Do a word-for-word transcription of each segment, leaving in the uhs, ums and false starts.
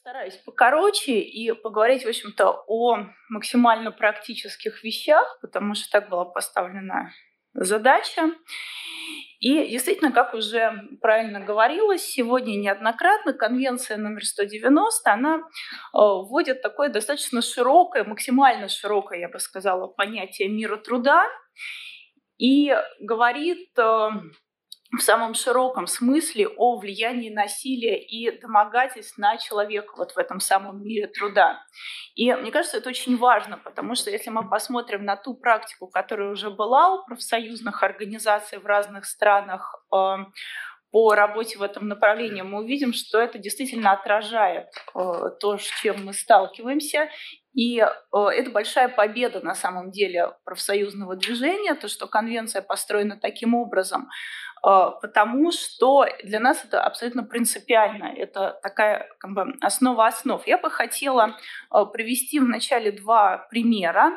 Постараюсь покороче и поговорить, в общем-то, о максимально практических вещах, потому что так была поставлена задача. И действительно, как уже правильно говорилось, сегодня неоднократно конвенция номер сто девяносто, она вводит такое достаточно широкое, максимально широкое, я бы сказала, понятие мира труда и говорит в самом широком смысле о влиянии насилия и домогательств на человека вот в этом самом мире труда. И мне кажется, это очень важно, потому что если мы посмотрим на ту практику, которая уже была у профсоюзных организаций в разных странах э, по работе в этом направлении, мы увидим, что это действительно отражает э, то, с чем мы сталкиваемся. И э, это большая победа на самом деле профсоюзного движения, то, что конвенция построена таким образом, потому что для нас это абсолютно принципиально. Это такая как бы основа основ. Я бы хотела привести вначале два примера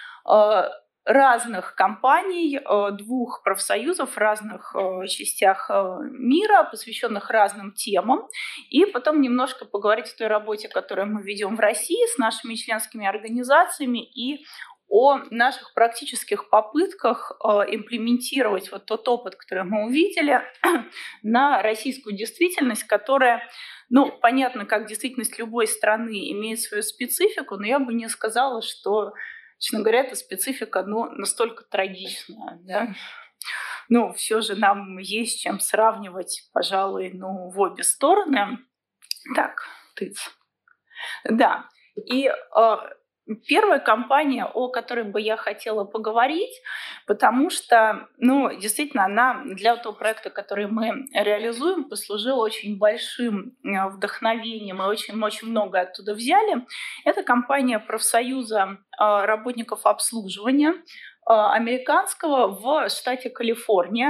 разных компаний, двух профсоюзов в разных частях мира, посвященных разным темам, и потом немножко поговорить о той работе, которую мы ведем в России с нашими членскими организациями и о наших практических попытках э, имплементировать вот тот опыт, который мы увидели, на российскую действительность, которая, ну, понятно, как действительность любой страны имеет свою специфику, но я бы не сказала, что, честно говоря, эта специфика, ну, настолько трагичная, да? Ну, все же нам есть чем сравнивать, пожалуй, ну, в обе стороны. Так, тыц. Да, и... Э, Первая компания, о которой бы я хотела поговорить, потому что, ну, действительно, она для того проекта, который мы реализуем, послужила очень большим вдохновением, и очень, очень много оттуда взяли. Это компания профсоюза работников обслуживания американского в штате Калифорния.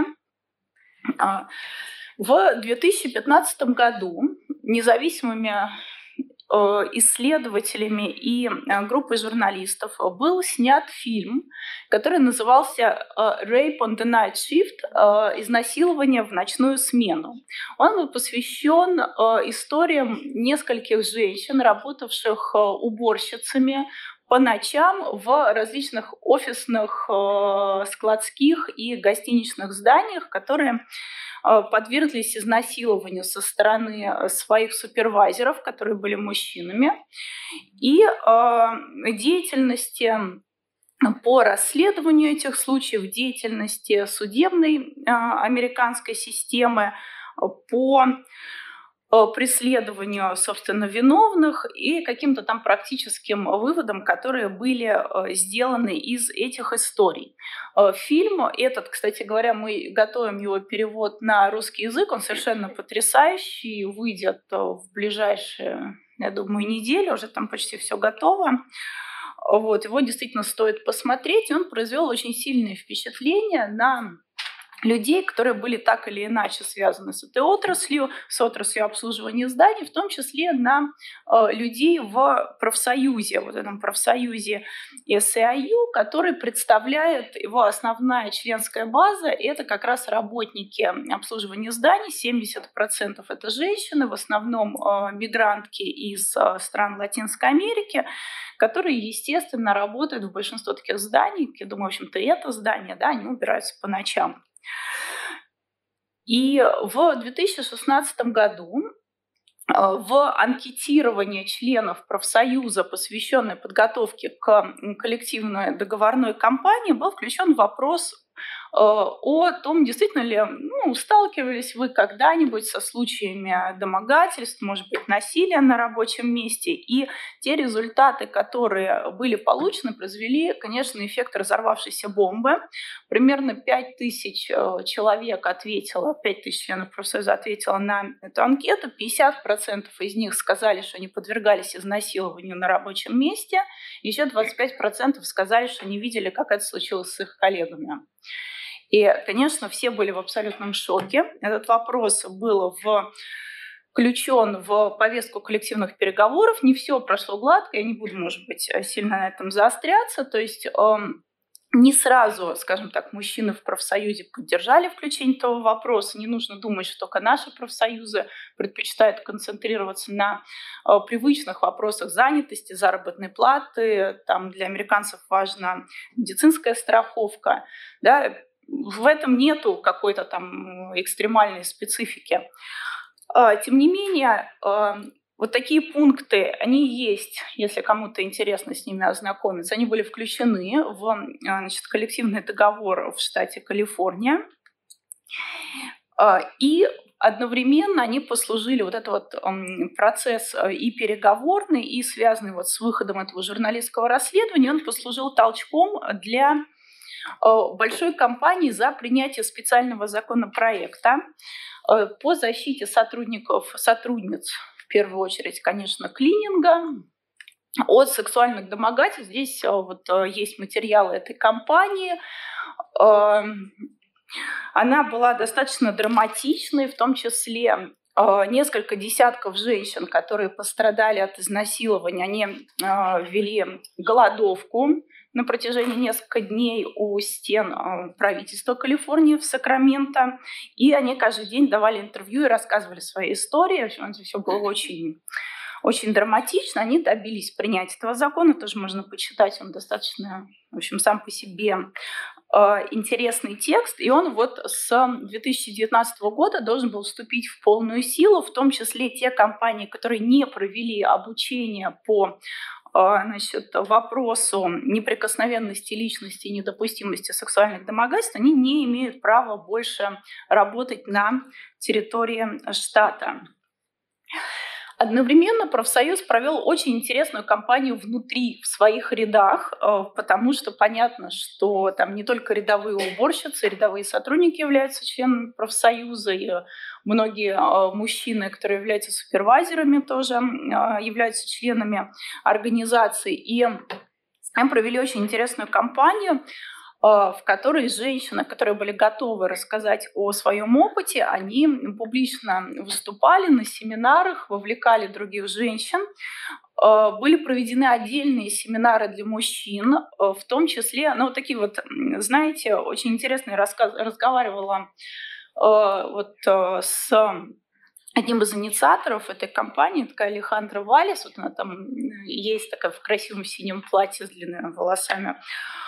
В две тысячи пятнадцатом году независимыми исследователями и группой журналистов был снят фильм, который назывался «Rape on the Night Shift» – «Изнасилование в ночную смену». Он был посвящен историям нескольких женщин, работавших уборщицами по ночам в различных офисных, складских и гостиничных зданиях, которые подверглись изнасилованию со стороны своих супервайзеров, которые были мужчинами, и э, деятельности по расследованию этих случаев, деятельности судебной э, американской системы, по преследованию, собственно, виновных и каким-то там практическим выводам, которые были сделаны из этих историй. Фильм этот, кстати говоря, мы готовим его перевод на русский язык, он совершенно потрясающий, выйдет в ближайшие, я думаю, недели, уже там почти все готово. Вот, его действительно стоит посмотреть, и он произвел очень сильное впечатление на людей, которые были так или иначе связаны с этой отраслью, с отраслью обслуживания зданий, в том числе на э, людей в профсоюзе, вот этом профсоюзе эс и ай ю, который представляет его основная членская база, и это как раз работники обслуживания зданий, семьдесят процентов это женщины, в основном э, мигрантки из э, стран Латинской Америки, которые, естественно, работают в большинстве таких зданий, я думаю, в общем-то, это здание, да, они убираются по ночам. И в две тысячи шестнадцатом году в анкетировании членов профсоюза, посвященной подготовке к коллективной договорной кампании, был включен вопрос о том, действительно ли ну, сталкивались вы когда-нибудь со случаями домогательств, может быть, насилия на рабочем месте. И те результаты, которые были получены, произвели, конечно, эффект разорвавшейся бомбы. Примерно пять тысяч человек ответило, пять тысяч членов профсоюза ответило на эту анкету. пятьдесят процентов из них сказали, что они подвергались изнасилованию на рабочем месте. Еще двадцать пять процентов сказали, что не видели, как это случилось с их коллегами. И, конечно, все были в абсолютном шоке. Этот вопрос был включен в повестку коллективных переговоров. Не все прошло гладко, я не буду, может быть, сильно на этом заостряться. То есть Не сразу, скажем так, мужчины в профсоюзе поддержали включение этого вопроса. Не нужно думать, что только наши профсоюзы предпочитают концентрироваться на э, привычных вопросах занятости, заработной платы. Там для американцев важна медицинская страховка. Да? В этом нету какой-то там экстремальной специфики. Э, тем не менее, э, вот такие пункты, они есть, если кому-то интересно с ними ознакомиться. Они были включены в, значит, коллективный договор в штате Калифорния. И одновременно они послужили, вот этот вот процесс и переговорный, и связанный вот с выходом этого журналистского расследования, он послужил толчком для большой кампании за принятие специального законопроекта по защите сотрудников, сотрудниц, в первую очередь, конечно, клининга, от сексуальных домогательств. Здесь вот есть материалы этой кампании. Она была достаточно драматичной, в том числе несколько десятков женщин, которые пострадали от изнасилования, они ввели голодовку на протяжении нескольких дней у стен правительства Калифорнии в Сакраменто. И они каждый день давали интервью и рассказывали свои истории. В общем, это все было очень, очень драматично. Они добились принятия этого закона. Тоже можно почитать. Он достаточно, в общем, сам по себе интересный текст. И он вот с две тысячи девятнадцатого года должен был вступить в полную силу, в том числе те компании, которые не провели обучение по Значит, вопросу неприкосновенности личности и недопустимости сексуальных домогательств, они не имеют права больше работать на территории штата. Одновременно профсоюз провел очень интересную кампанию внутри, в своих рядах, потому что понятно, что там не только рядовые уборщицы, рядовые сотрудники являются членами профсоюза, и многие мужчины, которые являются супервайзерами, тоже являются членами организации. И они провели очень интересную кампанию, в которой женщины, которые были готовы рассказать о своем опыте, они публично выступали на семинарах, вовлекали других женщин. Были проведены отдельные семинары для мужчин, в том числе, ну, вот такие вот, знаете, очень интересные рассказ, разговаривала вот с одним из инициаторов этой кампании, такая Алехандра Валес, вот она там есть такая в красивом синем платье с длинными волосами.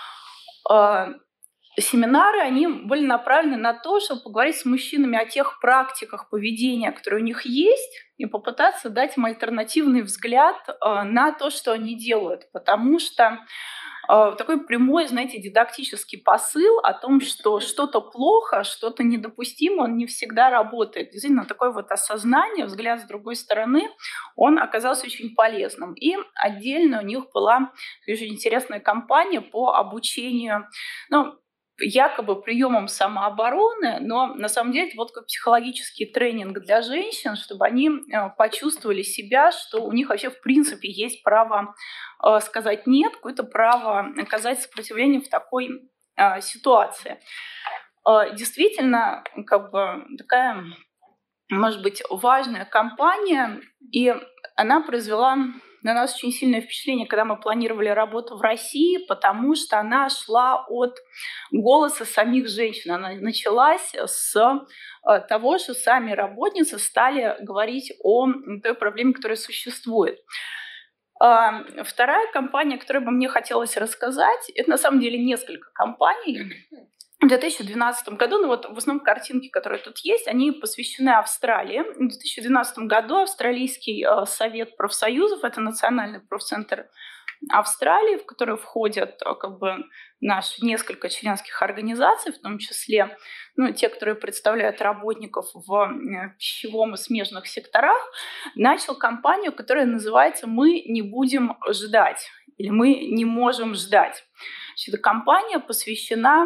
Семинары, они были направлены на то, чтобы поговорить с мужчинами о тех практиках поведения, которые у них есть, и попытаться дать им альтернативный взгляд на то, что они делают. Потому что такой прямой, знаете, дидактический посыл о том, что что-то плохо, что-то недопустимо, он не всегда работает. Действительно, такое вот осознание, взгляд с другой стороны, он оказался очень полезным. И отдельно у них была очень интересная кампания по обучению, ну, якобы приемом самообороны, но на самом деле это вот как психологический тренинг для женщин, чтобы они почувствовали себя, что у них вообще в принципе есть право сказать «нет», какое-то право оказать сопротивление в такой ситуации. Действительно, как бы такая, может быть, важная кампания, и она произвела на нас очень сильное впечатление, когда мы планировали работу в России, потому что она шла от голоса самих женщин. Она началась с того, что сами работницы стали говорить о той проблеме, которая существует. Вторая компания, о которой бы мне хотелось рассказать, это на самом деле несколько компаний. В две тысячи двенадцатом году, ну вот в основном картинки, которые тут есть, они посвящены Австралии. В две тысячи двенадцатом году Австралийский совет профсоюзов, это национальный профцентр Австралии, в который входят как бы наши несколько членских организаций, в том числе ну, те, которые представляют работников в пищевом и смежных секторах, начал кампанию, которая называется «Мы не будем ждать» или «Мы не можем ждать». Эта кампания посвящена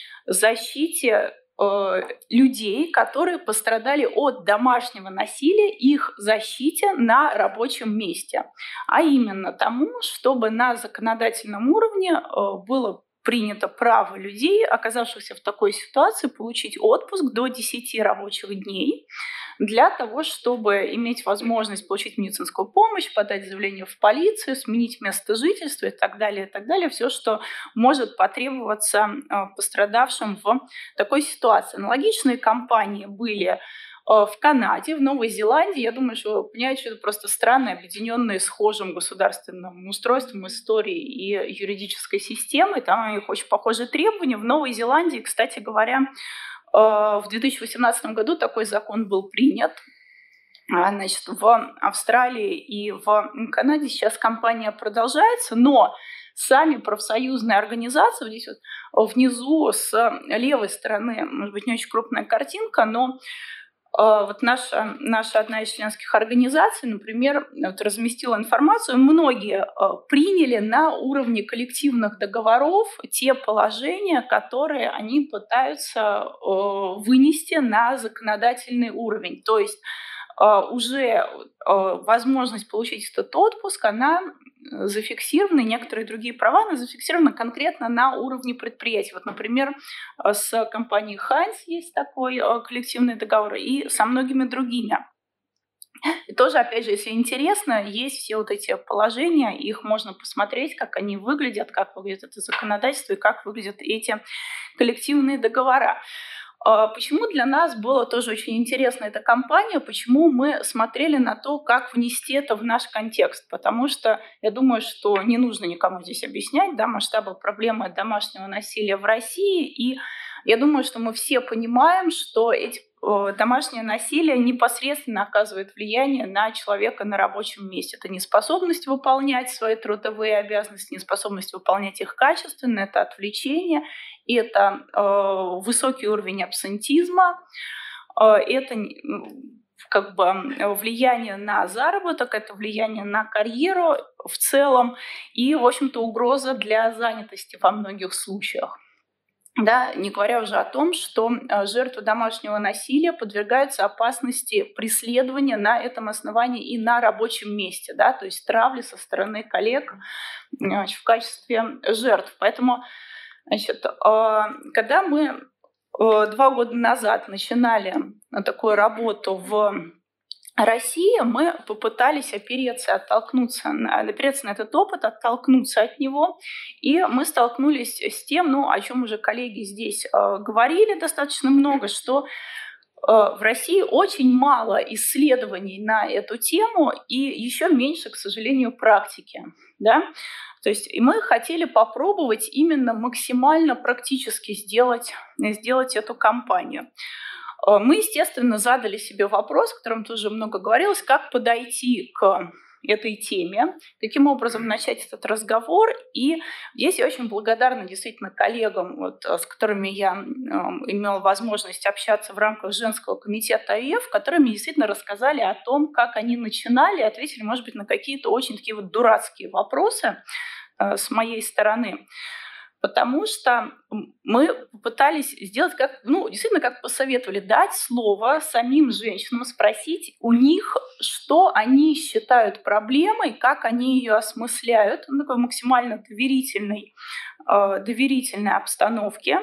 защите э, людей, которые пострадали от домашнего насилия, их защите на рабочем месте. А именно тому, чтобы на законодательном уровне э, было принято право людей, оказавшихся в такой ситуации, получить отпуск до десяти рабочих дней для того, чтобы иметь возможность получить медицинскую помощь, подать заявление в полицию, сменить место жительства и так далее, и так далее. Все, что может потребоваться пострадавшим в такой ситуации. Аналогичные кампании были в Канаде, в Новой Зеландии. Я думаю, что вы понимаете, что это просто страны, объединенные схожим государственным устройством, историей и юридической системой. Там у них очень похожие требования. В Новой Зеландии, кстати говоря, в две тысячи восемнадцатом году такой закон был принят. Значит, в Австралии и в Канаде сейчас кампания продолжается, но сами профсоюзные организации, вот здесь вот внизу с левой стороны, может быть, не очень крупная картинка, но вот наша, наша одна из членских организаций, например, вот разместила информацию, многие приняли на уровне коллективных договоров те положения, которые они пытаются вынести на законодательный уровень. То есть уже возможность получить этот отпуск, она зафиксированы, некоторые другие права, она зафиксированы конкретно на уровне предприятий. Вот, например, с компанией Heinz есть такой коллективный договор, и со многими другими. И тоже, опять же, если интересно, есть все вот эти положения, их можно посмотреть, как они выглядят, как выглядит это законодательство и как выглядят эти коллективные договора. Почему для нас было тоже очень интересна эта кампания, почему мы смотрели на то, как внести это в наш контекст, потому что я думаю, что не нужно никому здесь объяснять, да, масштабы проблемы домашнего насилия в России, и я думаю, что мы все понимаем, что эти домашнее насилие непосредственно оказывает влияние на человека на рабочем месте. Это неспособность выполнять свои трудовые обязанности, неспособность выполнять их качественно, это отвлечение, это э, высокий уровень абсентизма, э, это как бы влияние на заработок, это влияние на карьеру в целом и, в общем-то, угроза для занятости во многих случаях. Да, не говоря уже о том, что жертвы домашнего насилия подвергаются опасности преследования на этом основании и на рабочем месте, да, то есть травли со стороны коллег, значит, в качестве жертв. Поэтому, значит, когда мы два года назад начинали такую работу в России, мы попытались опереться, оттолкнуться, опереться на этот опыт, оттолкнуться от него, и мы столкнулись с тем, ну, о чем уже коллеги здесь э, говорили достаточно много, что э, в России очень мало исследований на эту тему и еще меньше, к сожалению, практики, да? То есть и мы хотели попробовать именно максимально практически сделать, сделать эту кампанию. Мы, естественно, задали себе вопрос, о котором тоже много говорилось, как подойти к этой теме, каким образом начать этот разговор. И здесь я очень благодарна действительно коллегам, вот, с которыми я э, имела возможность общаться в рамках женского комитета АИФ, которые мне действительно рассказали о том, как они начинали, ответили, может быть, на какие-то очень такие вот дурацкие вопросы э, с моей стороны. Потому что мы попытались сделать, как, ну, действительно, как посоветовали, дать слово самим женщинам, спросить у них, что они считают проблемой, как они ее осмысляют, в такой максимально доверительной, доверительной обстановке.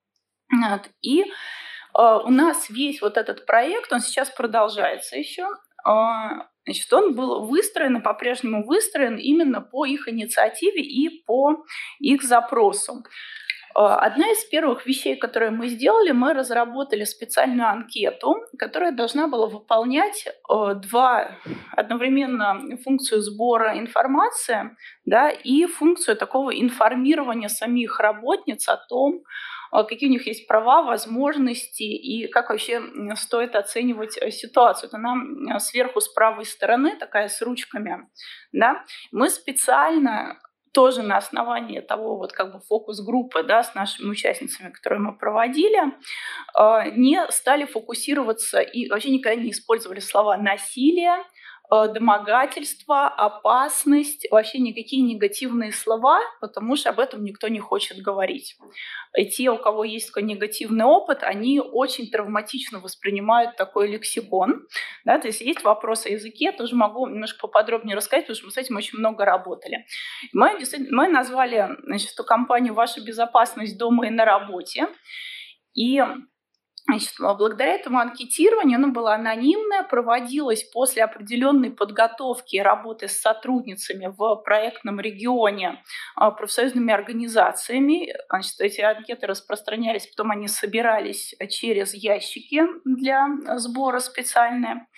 И у нас весь вот этот проект, он сейчас продолжается еще. Значит, он был выстроен и по-прежнему выстроен именно по их инициативе и по их запросу. Одна из первых вещей, которые мы сделали, мы разработали специальную анкету, которая должна была выполнять два, одновременно функцию сбора информации, да, и функцию такого информирования самих работниц о том, какие у них есть права, возможности и как вообще стоит оценивать ситуацию. Это нам сверху с правой стороны, такая с ручками. Да? Мы специально тоже на основании того вот как бы фокус-группы, да, с нашими участницами, которые мы проводили, не стали фокусироваться и вообще никогда не использовали слова «насилие», домогательство, опасность, вообще никакие негативные слова, потому что об этом никто не хочет говорить. И те, у кого есть такой негативный опыт, они очень травматично воспринимают такой лексикон. Да, то есть есть вопрос о языке, тоже могу немножко поподробнее рассказать, потому что мы с этим очень много работали. Мы, мы назвали, значит, эту компанию «Ваша безопасность дома и на работе». И Значит, благодаря этому анкетированию, оно было анонимное, проводилось после определенной подготовки и работы с сотрудницами в проектном регионе профсоюзными организациями. Значит, эти анкеты распространялись, потом они собирались через ящики для сбора специальные.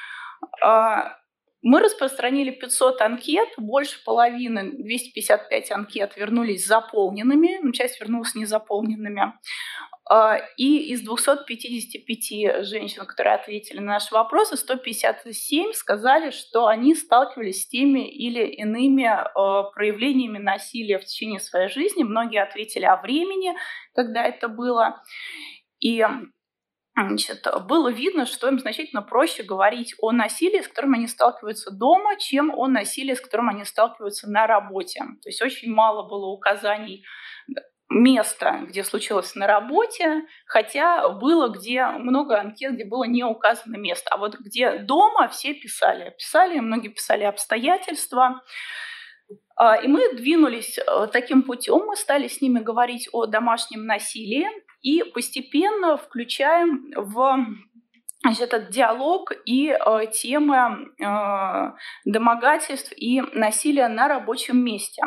Мы распространили пятьсот анкет, больше половины, двести пятьдесят пять анкет вернулись заполненными, часть вернулась незаполненными. И из двухсот пятидесяти пяти женщин, которые ответили на наши вопросы, сто пятьдесят семь сказали, что они сталкивались с теми или иными проявлениями насилия в течение своей жизни. Многие ответили о времени, когда это было. И Значит, было видно, что им значительно проще говорить о насилии, с которым они сталкиваются дома, чем о насилии, с которым они сталкиваются на работе. То есть очень мало было указаний места, где случилось на работе, хотя было где много анкет, где было не указано место. А вот где дома все писали. Писали, многие писали обстоятельства. И мы двинулись таким путем, мы стали с ними говорить о домашнем насилии и постепенно включаем в Значит, этот диалог и э, темы э, домогательств и насилия на рабочем месте.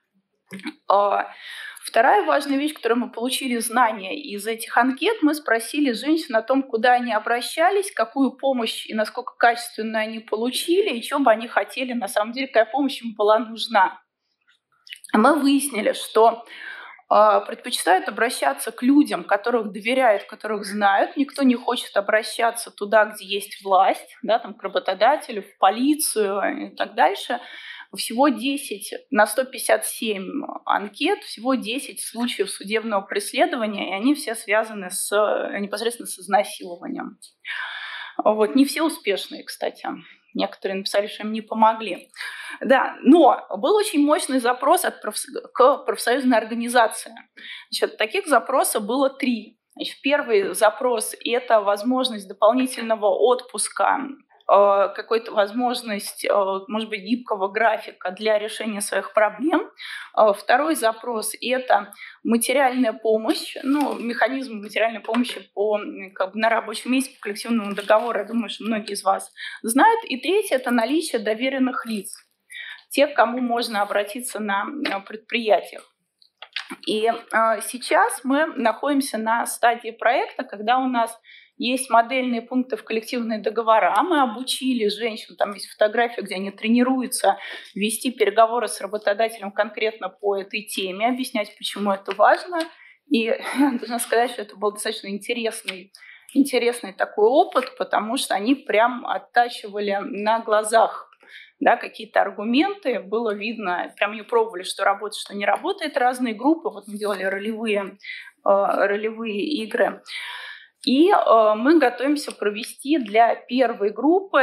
Э, Вторая важная вещь, которую мы получили знания из этих анкет, мы спросили женщин о том, куда они обращались, какую помощь и насколько качественную они получили, и что бы они хотели, на самом деле, какая помощь им была нужна. Мы выяснили, что э, предпочитают обращаться к людям, которых доверяют, которых знают. Никто не хочет обращаться туда, где есть власть, да, там, к работодателю, в полицию и так дальше. Всего десять на сто пятьдесят семь анкет, всего десять случаев судебного преследования, и они все связаны с, непосредственно с изнасилованием. Вот. Не все успешные, кстати. Некоторые написали, что им не помогли. Да, но был очень мощный запрос от проф... к профсоюзной организации. Значит, таких запросов было три. Значит, первый запрос – это возможность дополнительного отпуска, какой-то возможность, может быть, гибкого графика для решения своих проблем. Второй запрос – это материальная помощь, ну, механизм материальной помощи по, как бы, на рабочем месте по коллективному договору, я думаю, что многие из вас знают. И третье – это наличие доверенных лиц, тех, к кому можно обратиться на предприятиях. И сейчас мы находимся на стадии проекта, когда у нас есть модельные пункты в коллективные договора. Мы обучили женщин, там есть фотография, где они тренируются вести переговоры с работодателем конкретно по этой теме, объяснять, почему это важно. И я должна сказать, что это был достаточно интересный, интересный такой опыт, потому что они прям оттачивали на глазах, да, какие-то аргументы. Было видно, прям не пробовали, что работает, что не работает. Разные группы. Вот мы делали ролевые, ролевые игры. И э, мы готовимся провести для первой группы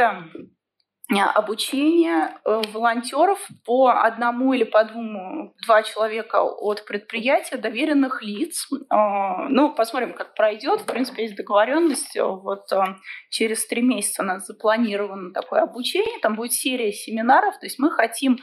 обучение э, волонтеров по одному или по двум, два человека от предприятия, доверенных лиц. Э, ну, посмотрим, как пройдет. В принципе, есть договоренность. Вот э, через три месяца у нас запланировано такое обучение. Там будет серия семинаров. То есть мы хотим,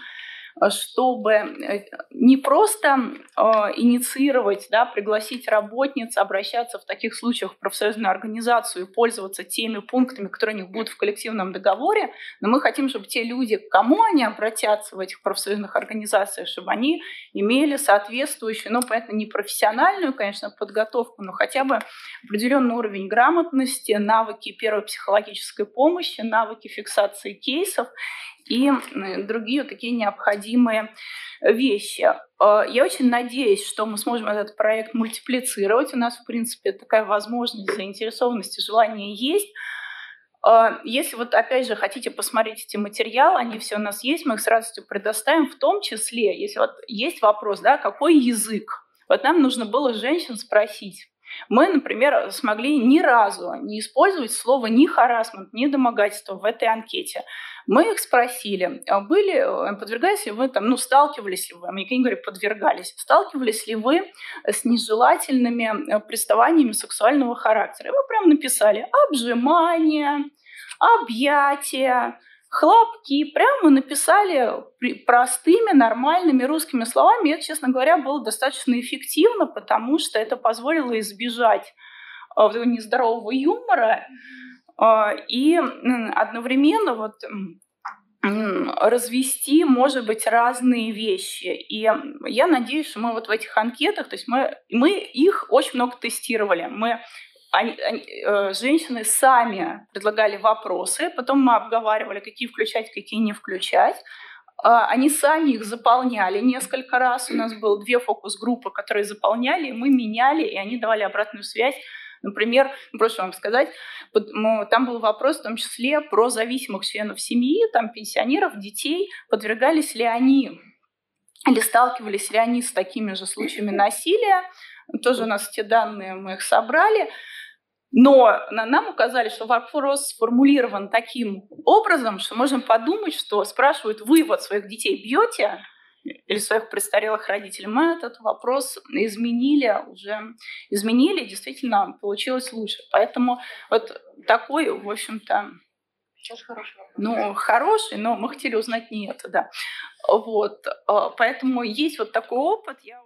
чтобы не просто э, инициировать, да, пригласить работниц, обращаться в таких случаях в профсоюзную организацию и пользоваться теми пунктами, которые у них будут в коллективном договоре, но мы хотим, чтобы те люди, к кому они обратятся в этих профсоюзных организациях, чтобы они имели соответствующую, ну, понятно, не профессиональную, конечно, подготовку, но хотя бы определенный уровень грамотности, навыки первой психологической помощи, навыки фиксации кейсов и другие такие необходимые вещи. Я очень надеюсь, что мы сможем этот проект мультиплицировать. У нас, в принципе, такая возможность, заинтересованность и желание есть. Если вот опять же хотите посмотреть эти материалы, они все у нас есть, мы их с радостью предоставим, в том числе, если вот есть вопрос, да, какой язык. Вот нам нужно было женщин спросить, Мы, например, смогли ни разу не использовать слово ни харассмент, ни домогательство в этой анкете. Мы их спросили, были, подвергались ли вы, там, ну, сталкивались ли вы, американцы говорят, подвергались, сталкивались ли вы с нежелательными приставаниями сексуального характера. И мы прям написали обжимание, объятия, хлопки. Прямо написали простыми, нормальными русскими словами. И это, честно говоря, было достаточно эффективно, потому что это позволило избежать вот этого нездорового юмора и одновременно вот развести, может быть, разные вещи. И я надеюсь, что мы вот в этих анкетах, то есть мы, мы их очень много тестировали. Мы Они, они, э, женщины сами предлагали вопросы, потом мы обговаривали, какие включать, какие не включать. Э, они сами их заполняли несколько раз. У нас было две фокус-группы, которые заполняли, мы меняли, и они давали обратную связь. Например, проще вам сказать, там был вопрос в том числе про зависимых членов семьи, там, пенсионеров, детей, подвергались ли они или сталкивались ли они с такими же случаями насилия. Тоже у нас эти данные, мы их собрали. Но нам указали, что вопрос сформулирован таким образом, что можно подумать, что спрашивают, вы вот своих детей бьете или своих престарелых родителей. Мы этот вопрос изменили, уже изменили, действительно получилось лучше. Поэтому вот такой, в общем-то, хороший ну, хороший, но мы хотели узнать не это, да. Вот, поэтому есть вот такой опыт. Я